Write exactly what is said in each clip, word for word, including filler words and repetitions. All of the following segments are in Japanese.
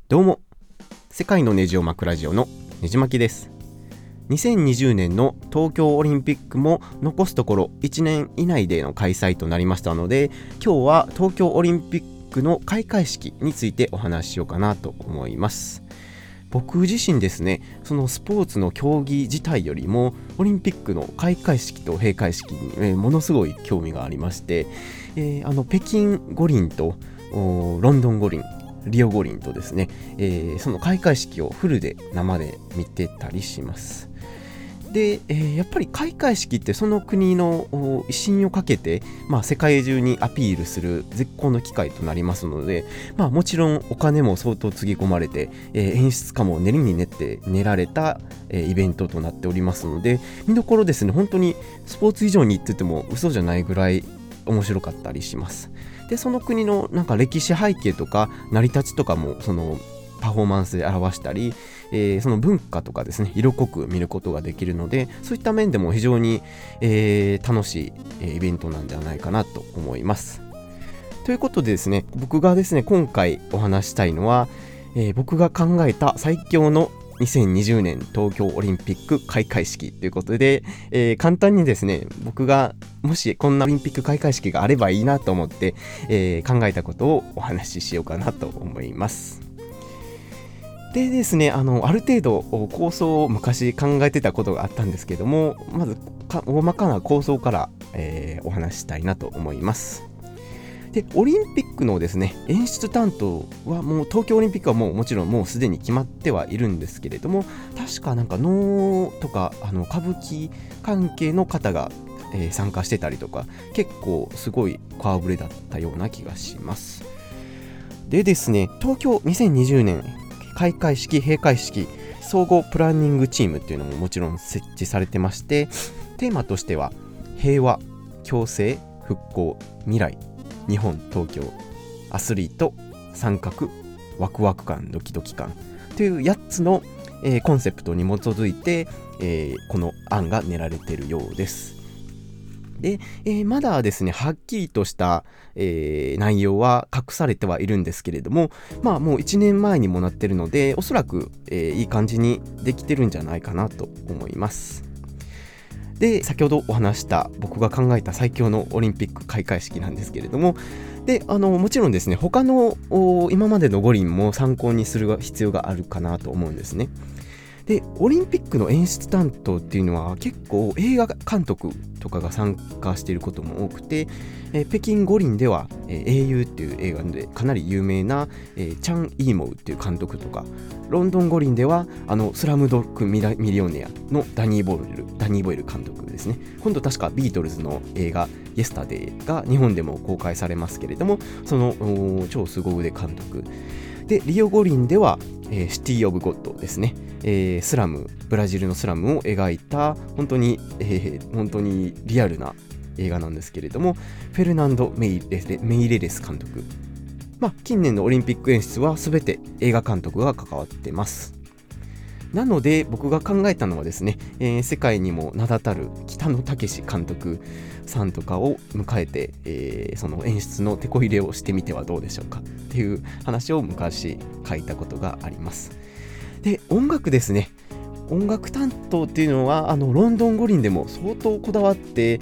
どうも、世界のネジを巻くラジオのネジ巻きです。にせんにじゅうねんの東京オリンピックも残すところいちねん以内での開催となりましたので、今日は東京オリンピックの開会式についてお話ししようかなと思います。僕自身ですね、そのスポーツの競技自体よりもオリンピックの開会式と閉会式に、えー、ものすごい興味がありまして、えー、あの北京五輪とロンドン五輪、リオ五輪とですね、えー、その開会式をフルで生で見てたりします。で、えー、やっぱり開会式ってその国の威信をかけて、まあ、世界中にアピールする絶好の機会となりますので、まあ、もちろんお金も相当つぎ込まれて、えー、演出家も練りに練って練られた、えー、イベントとなっておりますので、見どころですね、本当にスポーツ以上に言ってても嘘じゃないぐらい面白かったりします。で、その国のなんか歴史背景とか成り立ちとかもそのパフォーマンスで表したり、えー、その文化とかですね、色濃く見ることができるので、そういった面でも非常に、えー、楽しい、えー、イベントなんじゃないかなと思います。ということでですね、僕がですね今回お話したいのは、えー、僕が考えた最強のにせんにじゅうねん東京オリンピック開会式ということで、えー、簡単にですね、僕がもしこんなオリンピック開会式があればいいなと思って、えー、考えたことをお話ししようかなと思います。でですね、あのある程度構想を昔考えてたことがあったんですけども、まず大まかな構想から、えー、お話したいなと思います。で、オリンピックのですね演出担当はもう東京オリンピックはもうもちろんもうすでに決まってはいるんですけれども、確かなんか能とかあの歌舞伎関係の方が、えー、参加してたりとか、結構すごい顔ぶれだったような気がします。でですね、東京にせんにじゅうねん開会式閉会式総合プランニングチームっていうのももちろん設置されてまして、テーマとしては平和、共生、復興、未来、日本、東京、アスリート、参画、ワクワク感、ドキドキ感というやっつの、えー、コンセプトに基づいて、えー、この案が練られているようです。で、えー、まだですねはっきりとした、えー、内容は隠されてはいるんですけれども、まあもういちねんまえにもなってるので、おそらく、えー、いい感じにできてるんじゃないかなと思います。で、先ほどお話した僕が考えた最強のオリンピック開会式なんですけれども、で、あのもちろんですね、他の今までの五輪も参考にする必要があるかなと思うんですね。で、オリンピックの演出担当っていうのは結構映画監督とかが参加していることも多くて、えー、北京五輪では、えー、英雄っていう映画でかなり有名な、えー、チャン・イーモウっていう監督とか、ロンドン五輪ではあのスラムドッグミリオネアのダニー・ボイルダニー・ボイル監督ですね。今度確かビートルズの映画イエスタデイが日本でも公開されますけれども、その超凄腕監督で、リオ五輪では、えー、シティ・オブ・ゴッドですね、えー、スラムブラジルのスラムを描いた本当に、えー、本当にリアルな映画なんですけれども、フェルナンド・メイレレメイレレス監督、まあ、近年のオリンピック演出は全て映画監督が関わってます。なので僕が考えたのはですね、えー、世界にも名だたる北野武監督さんとかを迎えて、えー、その演出の手こ入れをしてみてはどうでしょうかっていう話を昔書いたことがあります。で、音楽ですね。音楽担当っていうのはあのロンドン五輪でも相当こだわって、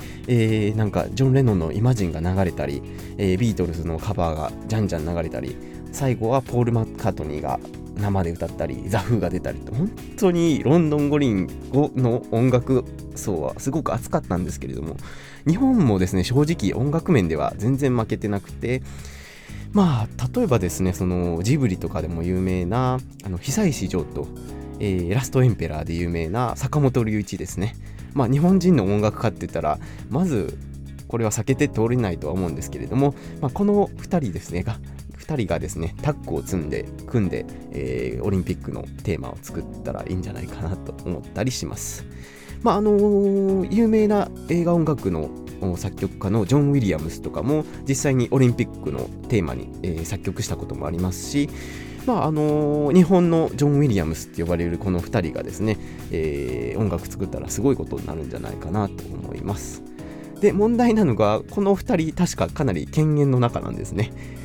えー、なんかジョン・レノンのイマジンが流れたり、えー、ビートルズのカバーがじゃんじゃん流れたり、最後はポール・マッカートニーが生で歌ったり、ザ・フーが出たりと、本当にロンドン五輪の音楽層はすごく熱かったんですけれども、日本もですね正直音楽面では全然負けてなくて、まあ例えばですね、そのジブリとかでも有名なあの久石譲と、えー、ラストエンペラーで有名な坂本龍一ですね。まあ日本人の音楽家って言ったらまずこれは避けて通れないとは思うんですけれども、まあ、このふたりですねがふたりがですねタッグを組んで組んで、えー、オリンピックのテーマを作ったらいいんじゃないかなと思ったりします。まああのー、有名な映画音楽の作曲家のジョン・ウィリアムスとかも実際にオリンピックのテーマに、えー、作曲したこともありますし、まああのー、日本のジョン・ウィリアムスって呼ばれるこのふたりがですね、えー、音楽作ったらすごいことになるんじゃないかなと思います。で、問題なのがこのふたり確かかなり権限の中なんですね。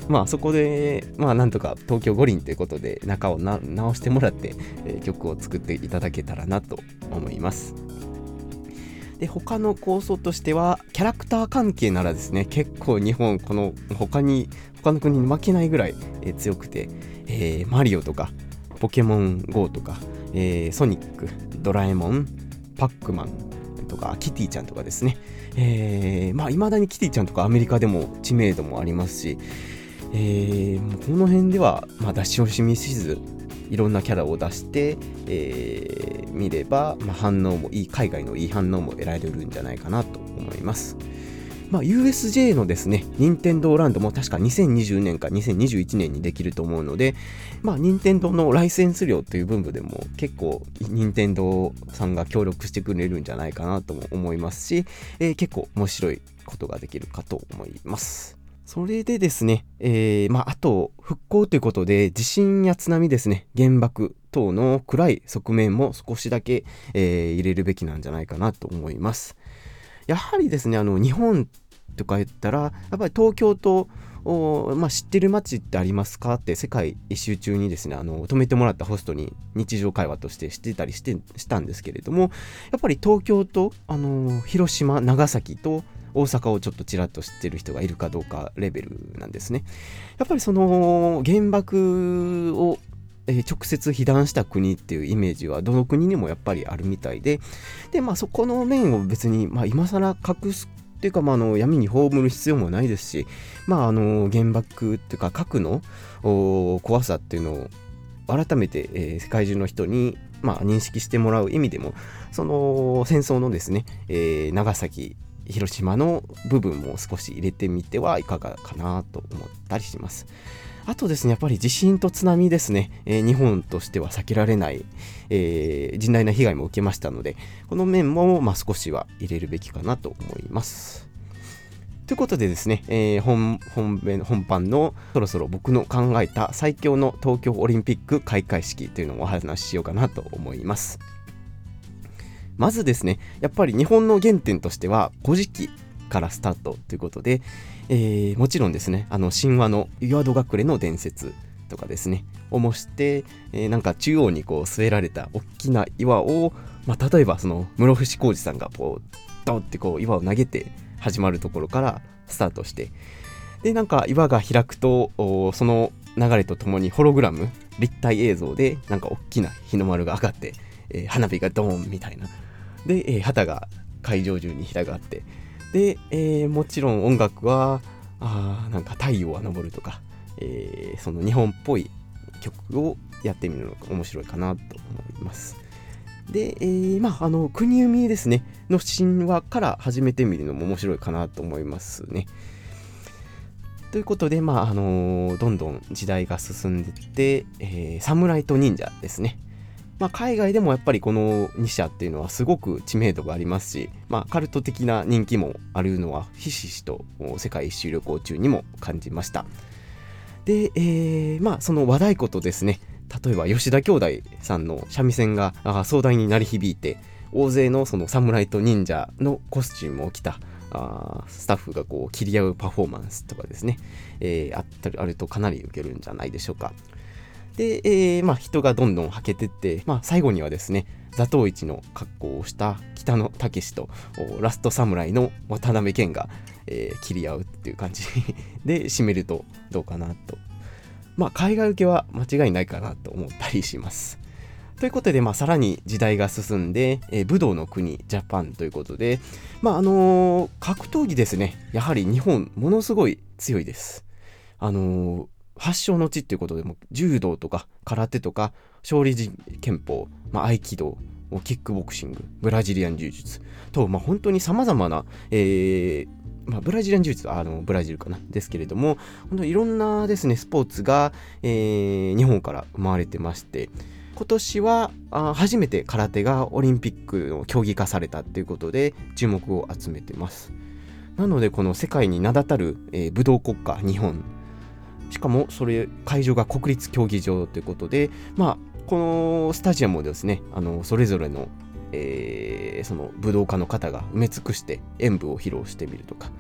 まあそこでまあなんとか東京五輪ということで中をな直してもらって、えー、曲を作っていただけたらなと思います。で他の構想としてはキャラクター関係ならですね、結構日本この他に他の国に負けないぐらい、えー、強くて、えー、マリオとかポケモン ゴー とか、えー、ソニック、ドラえもん、パックマンとかキティちゃんとかですね、えー、まあ未だにキティちゃんとかアメリカでも知名度もありますし、えー、この辺ではまあ出し惜しみしずいろんなキャラを出して、えー、見れば、まあ、反応もいい、海外のいい反応も得られるんじゃないかなと思います。まあ、ユーエスジェー のですね、任天堂ランドも確かにせんにじゅうねんかにせんにじゅういちねんにできると思うので、まあ、任天堂のライセンス料という分部でも結構任天堂さんが協力してくれるんじゃないかなとも思いますし、えー、結構面白いことができるかと思います。それでですね、えーまあ、あと復興ということで地震や津波ですね、原爆等の暗い側面も少しだけ、えー、入れるべきなんじゃないかなと思います。やはりですね、あの日本とか言ったらやっぱり東京とまあ、知ってる街ってありますかって世界一周中にですね、あの止めてもらったホストに日常会話としてしてたりしてしたんですけれども、やっぱり東京とあの広島、長崎と大阪をちょっとちらっと知ってる人がいるかどうかレベルなんですね。やっぱりその原爆をえー、直接被弾した国っていうイメージはどの国にもやっぱりあるみたいで、で、まあ、そこの面を別に、まあ、今更隠すっていうか、まあ、あの闇に葬る必要もないですし、まあ、あの原爆っていうか核の怖さっていうのを改めて、えー、世界中の人に、まあ、認識してもらう意味でもその戦争のですね、えー、長崎広島の部分も少し入れてみてはいかがかなと思ったりします。あとですね、やっぱり地震と津波ですね、えー、日本としては避けられない、えー、甚大な被害も受けましたので、この面も、まあ、少しは入れるべきかなと思います。ということでですね、えー、本, 本, 編本番のそろそろ僕の考えた最強の東京オリンピック開会式というのをお話ししようかなと思います。まずですね、やっぱり日本の原点としては古事記からスタートということで、えー、もちろんですね、あの神話の岩戸隠れの伝説とかですねを模して、えー、なんか中央にこう据えられた大きな岩を、まあ、例えばその室伏広治さんがこうドンってこう岩を投げて始まるところからスタートして、でなんか岩が開くとその流れとともにホログラム立体映像でなんか大きな日の丸が上がって、えー、花火がドーンみたいなで、えー、旗が会場中に広がってで、えー、もちろん音楽はあなんか太陽は昇るとか、えー、その日本っぽい曲をやってみるのが面白いかなと思います。で、えー、まああの国生みですねの神話から始めてみるのも面白いかなと思いますね。ということで、まああのー、どんどん時代が進んでいって、えー、侍と忍者ですね。まあ、海外でもやっぱりこのに社っていうのはすごく知名度がありますし、まあ、カルト的な人気もあるのはひしひしと世界一周旅行中にも感じました。で、えー、まあその和太鼓とですね、例えば吉田兄弟さんの三味線が壮大に鳴り響いて大勢のその侍と忍者のコスチュームを着たあスタッフがこう切り合うパフォーマンスとかですね、えー、あったりあるとかなり受けるんじゃないでしょうか。で、えーまあ、人がどんどんはけてって、まあ、最後にはですね座頭市の格好をした北野武とラスト侍の渡辺謙が、えー、切り合うっていう感じで締めるとどうかなと、まあ海外受けは間違いないかなと思ったりします。ということで、まあ、さらに時代が進んで、えー、武道の国ジャパンということで、まああのー、格闘技ですね、やはり日本ものすごい強いです。あのー発祥の地っていうことでも柔道とか空手とか少林拳法、まあ、合気道、キックボクシング、ブラジリアン柔術と、まあ、本当に様々な、えーまあ、ブラジリアン柔術はあのブラジルかなですけれども、本当にいろんなですねスポーツが、えー、日本から生まれてまして、今年はあ初めて空手がオリンピックの競技化されたということで注目を集めてます。なのでこの世界に名だたる、えー、武道国家日本、しかもそれ会場が国立競技場ということで、まあこのスタジアムをですね、あのそれぞれの、えー、その武道家の方が埋め尽くして演舞を披露してみるとか、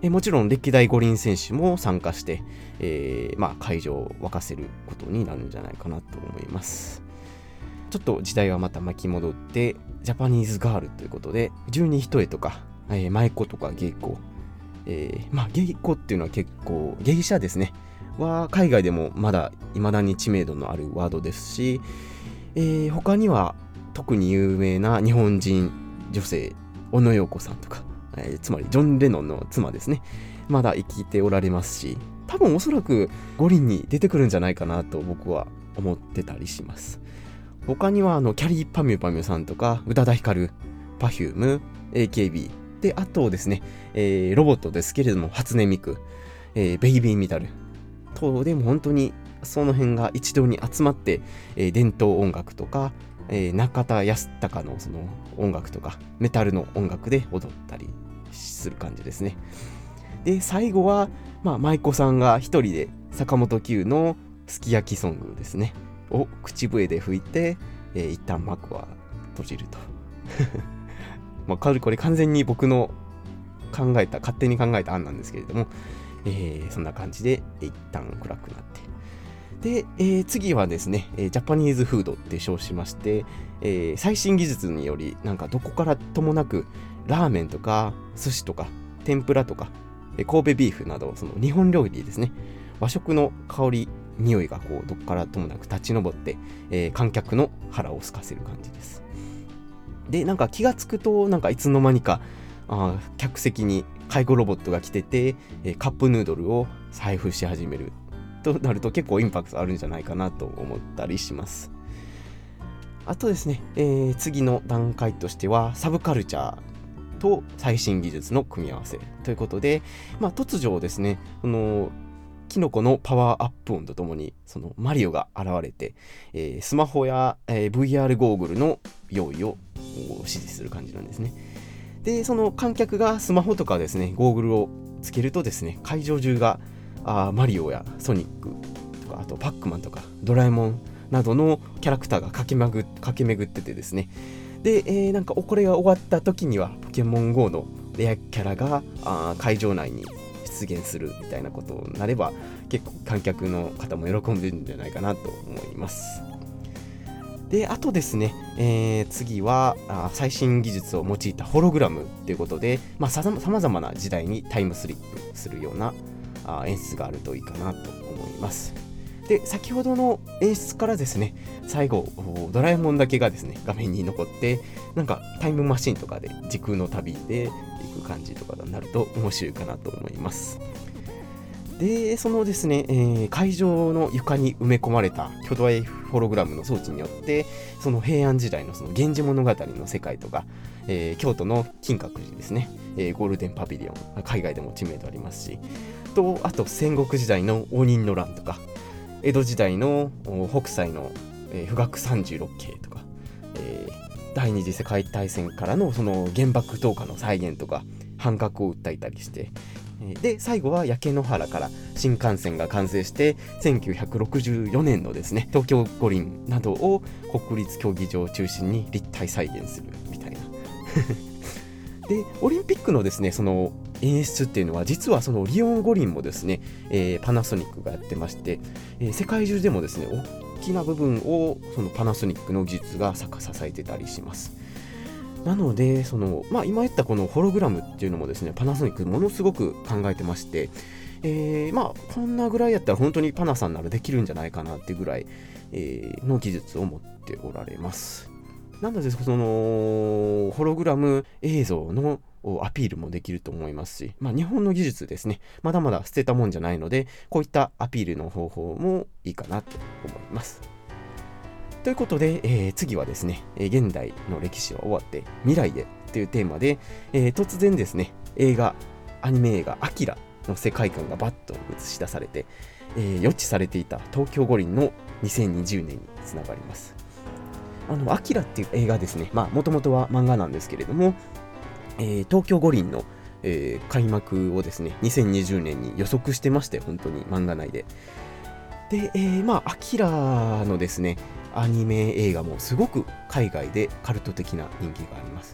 えもちろん歴代五輪選手も参加して、えーまあ、会場を沸かせることになるんじゃないかなと思います。ちょっと時代はまた巻き戻ってジャパニーズガールということで、十二単とか、えー、舞妓とか芸妓、えー、まあ芸妓っていうのは結構芸者ですねは海外でもまだ未だに知名度のあるワードですし、えー、他には特に有名な日本人女性小野洋子さんとか、えー、つまりジョン・レノンの妻ですね、まだ生きておられますし、多分おそらく五輪に出てくるんじゃないかなと僕は思ってたりします。他にはあのキャリーパミュパミュさんとか宇多田ヒカル、パフューム、エーケービー で、あとですね、えー、ロボットですけれども初音ミク、えー、ベイビーミタルと、でも本当にその辺が一堂に集まって、えー、伝統音楽とか、えー、中田康隆のその音楽とかメタルの音楽で踊ったりする感じですね。で最後は、まあ、舞妓さんが一人で坂本九のすき焼きソングですねを口笛で吹いて、えー、一旦幕は閉じるとまあこれ完全に僕の考えた勝手に考えた案なんですけれども、えー、そんな感じで一旦暗くなってで、えー、次はですね、えー、ジャパニーズフードって称しまして、えー、最新技術によりなんかどこからともなくラーメンとか寿司とか天ぷらとか、えー、神戸ビーフなどその日本料理ですね、和食の香り匂いがこうどこからともなく立ち上って、えー、観客の腹を空かせる感じです。でなんか気がつくとなんかいつの間にかあ客席に介護ロボットが来てて、えー、カップヌードルを配布し始めるとなると結構インパクトあるんじゃないかなと思ったりします。あとですね、えー、次の段階としてはサブカルチャーと最新技術の組み合わせということで、まあ、突如ですねこのキノコのパワーアップ音とともにそのマリオが現れて、えー、スマホや、えー、ブイアール ゴーグルの用意を指示する感じなんですね。でその観客がスマホとかですねゴーグルをつけるとですね会場中があマリオやソニックとかあとパックマンとかドラえもんなどのキャラクターが駆け巡駆け巡っててですね、で、えー、なんかこれが終わった時にはポケモン ゴー のレアキャラがあ会場内に出現するみたいなことになれば結構観客の方も喜んでるんじゃないかなと思います。であとですね、えー、次はあ最新技術を用いたホログラムということで、まあ、さまざまな時代にタイムスリップするようなあ演出があるといいかなと思います。で先ほどの演出からですね最後ドラえもんだけがですね画面に残ってなんかタイムマシンとかで時空の旅で行く感じとかになると面白いかなと思います。でそのですね、えー、会場の床に埋め込まれた巨大ホログラムの装置によってその平安時代のその源氏物語の世界とか、えー、京都の金閣寺ですね、えー、ゴールデンパビリオン海外でも知名度ありますしとあと戦国時代の応仁の乱とか江戸時代の北斎の、えー、富岳さんじゅうろっけいとか、えー、第二次世界大戦からのその原爆投下の再現とか反核を訴えたりしてで最後は焼け野原から新幹線が完成してせんきゅうひゃくろくじゅうよねんのですね東京五輪などを国立競技場を中心に立体再現するみたいなでオリンピックのですねその演出っていうのは実はそのリオン五輪もですね、えー、パナソニックがやってまして、えー、世界中でもですね大きな部分をそのパナソニックの技術が支えてたりします。なのでその、まあ、今言ったこのホログラムっていうのもですねパナソニックものすごく考えてまして、えー、まあこんなぐらいやったら本当にパナさんならできるんじゃないかなっていうぐらい、えー、の技術を持っておられます。なのでそのホログラム映像のアピールもできると思いますし、まあ、日本の技術ですねまだまだ捨てたもんじゃないのでこういったアピールの方法もいいかなと思います。ということで、えー、次はですね、えー、現代の歴史は終わって未来へというテーマで、えー、突然ですね映画アニメ映画アキラの世界観がバッと映し出されて、えー、予知されていた東京五輪のにせんにじゅうねんにつながります。あのアキラっていう映画ですね、まあもともとは漫画なんですけれども、えー、東京五輪の、えー、開幕をですねにせんにじゅうねんに予測してまして本当に漫画内でで、えー、まあアキラのですねアニメ映画もすごく海外でカルト的な人気があります。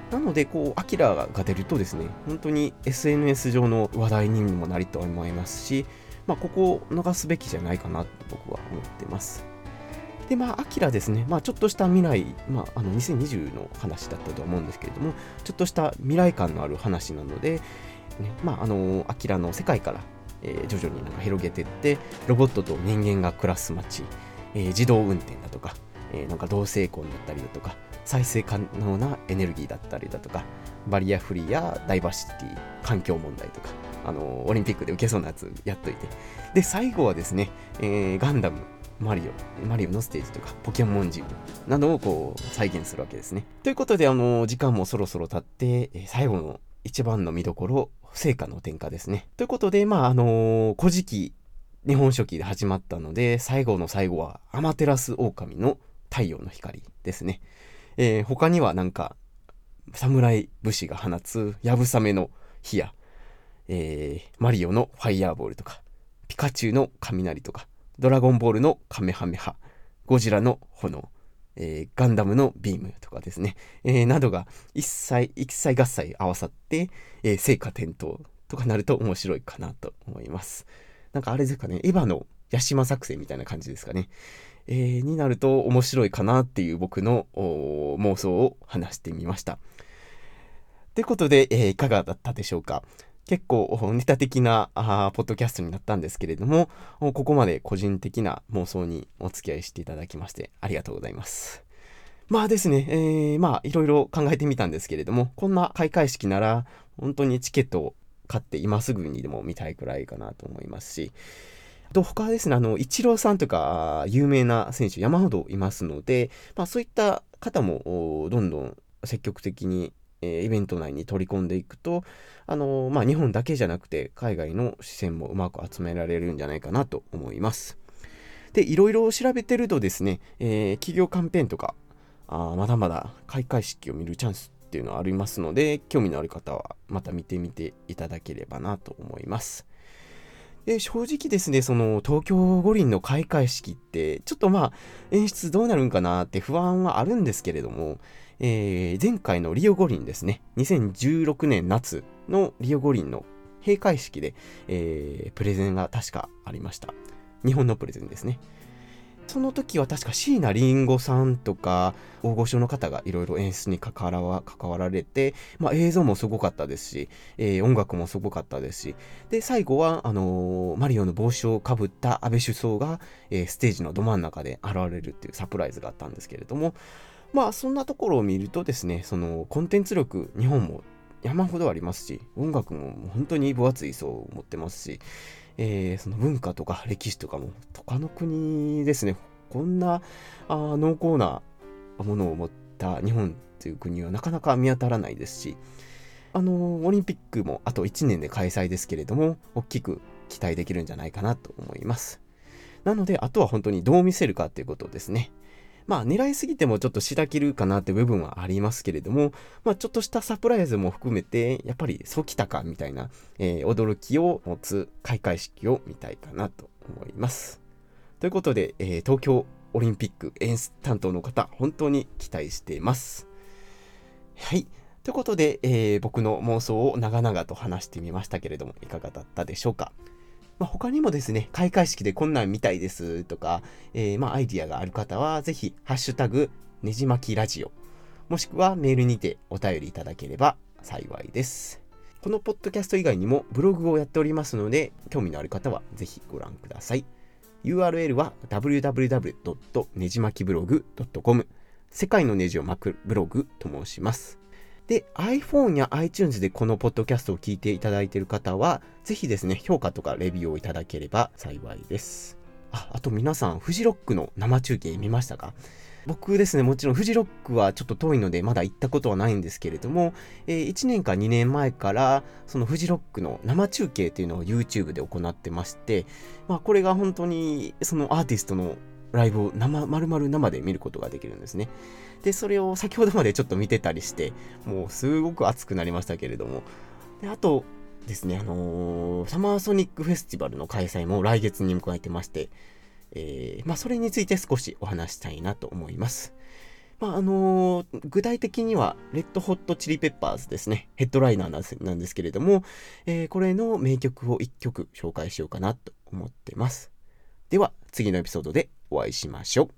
なのでこうアキラが出るとですね、本当に エスエヌエス 上の話題にもなりと思いますし、まあ、ここを逃すべきじゃないかなと僕は思ってます。で、まあ、アキラですね、まあ、ちょっとした未来、まあ、あのにせんにじゅうの話だったと思うんですけれども、ちょっとした未来感のある話なので、ね、まあ、あの、アキラの世界から、えー、徐々になんか広げていって、ロボットと人間が暮らす街、えー、自動運転だとか、えー、なんか同性婚だったりだとか、再生可能なエネルギーだったりだとか、バリアフリーやダイバーシティ、環境問題とか、あのオリンピックで受けそうなやつやっといて、で最後はですね、えー、ガンダム、マリオ、マリオのステージとかポケモンジムなどをこう再現するわけですね。ということで、あの時間もそろそろ経って、えー、最後の一番の見どころ、聖火の点火ですね。ということで、まああの古事記日本書紀で始まったので、最後の最後はアマテラスオオカミの太陽の光ですね。えー、他にはなんか侍武士が放つやぶさめの火や、えー、マリオのファイヤーボールとか、ピカチュウの雷とか、ドラゴンボールのカメハメハ、ゴジラの炎、えー、ガンダムのビームとかですね、えー、などが一切一切合切合わさって、えー、聖火点灯とかなると面白いかなと思います。なんかあれですかね、エヴァのヤシマ作戦みたいな感じですかね。えー、になると面白いかなっていう僕の妄想を話してみました。ということで、えー、いかがだったでしょうか。結構ネタ的なあポッドキャストになったんですけれども、ここまで個人的な妄想にお付き合いしていただきましてありがとうございます。まあですね、えー、まあいろいろ考えてみたんですけれども、こんな開会式なら本当にチケットを買って今すぐにでも見たいくらいかなと思いますし、あと他はですね、あのイチローさんとか有名な選手山ほどいますので、まあ、そういった方もどんどん積極的に、えー、イベント内に取り込んでいくと、あのー、まあ日本だけじゃなくて海外の視線もうまく集められるんじゃないかなと思います。で、いろいろ調べてるとですね、えー、企業キャンペーンとかあまだまだ開会式を見るチャンスっていうのはありますので、興味のある方はまた見てみていただければなと思います。で、正直ですね、その東京五輪の開会式ってちょっとまあ演出どうなるんかなって不安はあるんですけれども、えー、前回のリオ五輪ですね、にせんじゅうろくねん夏のリオ五輪の閉会式で、えー、プレゼンが確かありました。日本のプレゼンですね。その時は確か椎名林檎さんとか大御所の方がいろいろ演出に関わら関わられて、まあ、映像もすごかったですし、えー、音楽もすごかったですし、で最後はあのー、マリオの帽子をかぶった安倍首相が、えー、ステージのど真ん中で現れるっていうサプライズがあったんですけれども、まあそんなところを見るとですね、そのコンテンツ力日本も山ほどありますし、音楽も本当に分厚い層を持ってますし、えー、その文化とか歴史とかも他の国ですね、こんなあ濃厚なものを持った日本という国はなかなか見当たらないですし、あのー、オリンピックもあといちねんで開催ですけれども、大きく期待できるんじゃないかなと思います。なのであとは本当にどう見せるかということですね。まあ狙いすぎてもちょっとしらけるかなって部分はありますけれども、まあちょっとしたサプライズも含めて、やっぱりそうきたかみたいな、えー、驚きを持つ開会式を見たいかなと思います。ということで、えー、東京オリンピック演出担当の方、本当に期待しています。はい。ということで、えー、僕の妄想を長々と話してみましたけれども、いかがだったでしょうか。まあ、他にもですね、開会式でこんなん見たいですとか、えー、まあアイディアがある方は、ぜひ、ハッシュタグ、ねじまきラジオ、もしくはメールにてお便りいただければ幸いです。このポッドキャスト以外にもブログをやっておりますので、興味のある方はぜひご覧ください。ユーアールエル は ダブリューダブリューダブリュードットねじまきブログドットコム、世界のネジを巻くブログと申します。で、iPhone や iTunes でこのポッドキャストを聞いていただいている方は、ぜひですね、評価とかレビューをいただければ幸いです。あ、あと皆さん、フジロックの生中継見ましたか？僕ですね、もちろんフジロックはちょっと遠いのでまだ行ったことはないんですけれども、えー、いちねんかにねんまえからそのフジロックの生中継っていうのを YouTube で行ってまして、まあこれが本当にそのアーティストのライブを生、丸々生で見ることができるんですね。で、それを先ほどまでちょっと見てたりして、もうすごく熱くなりましたけれども。で、あとですね、あのー、サマーソニックフェスティバルの開催も来月に迎えてまして、えー、まあそれについて少しお話したいなと思います。 まああのー具体的にはレッドホットチリペッパーズですね、ヘッドライナーなんですなんですけれども、えーこれの名曲をいっきょく紹介しようかなと思ってます。では次のエピソードでお会いしましょう。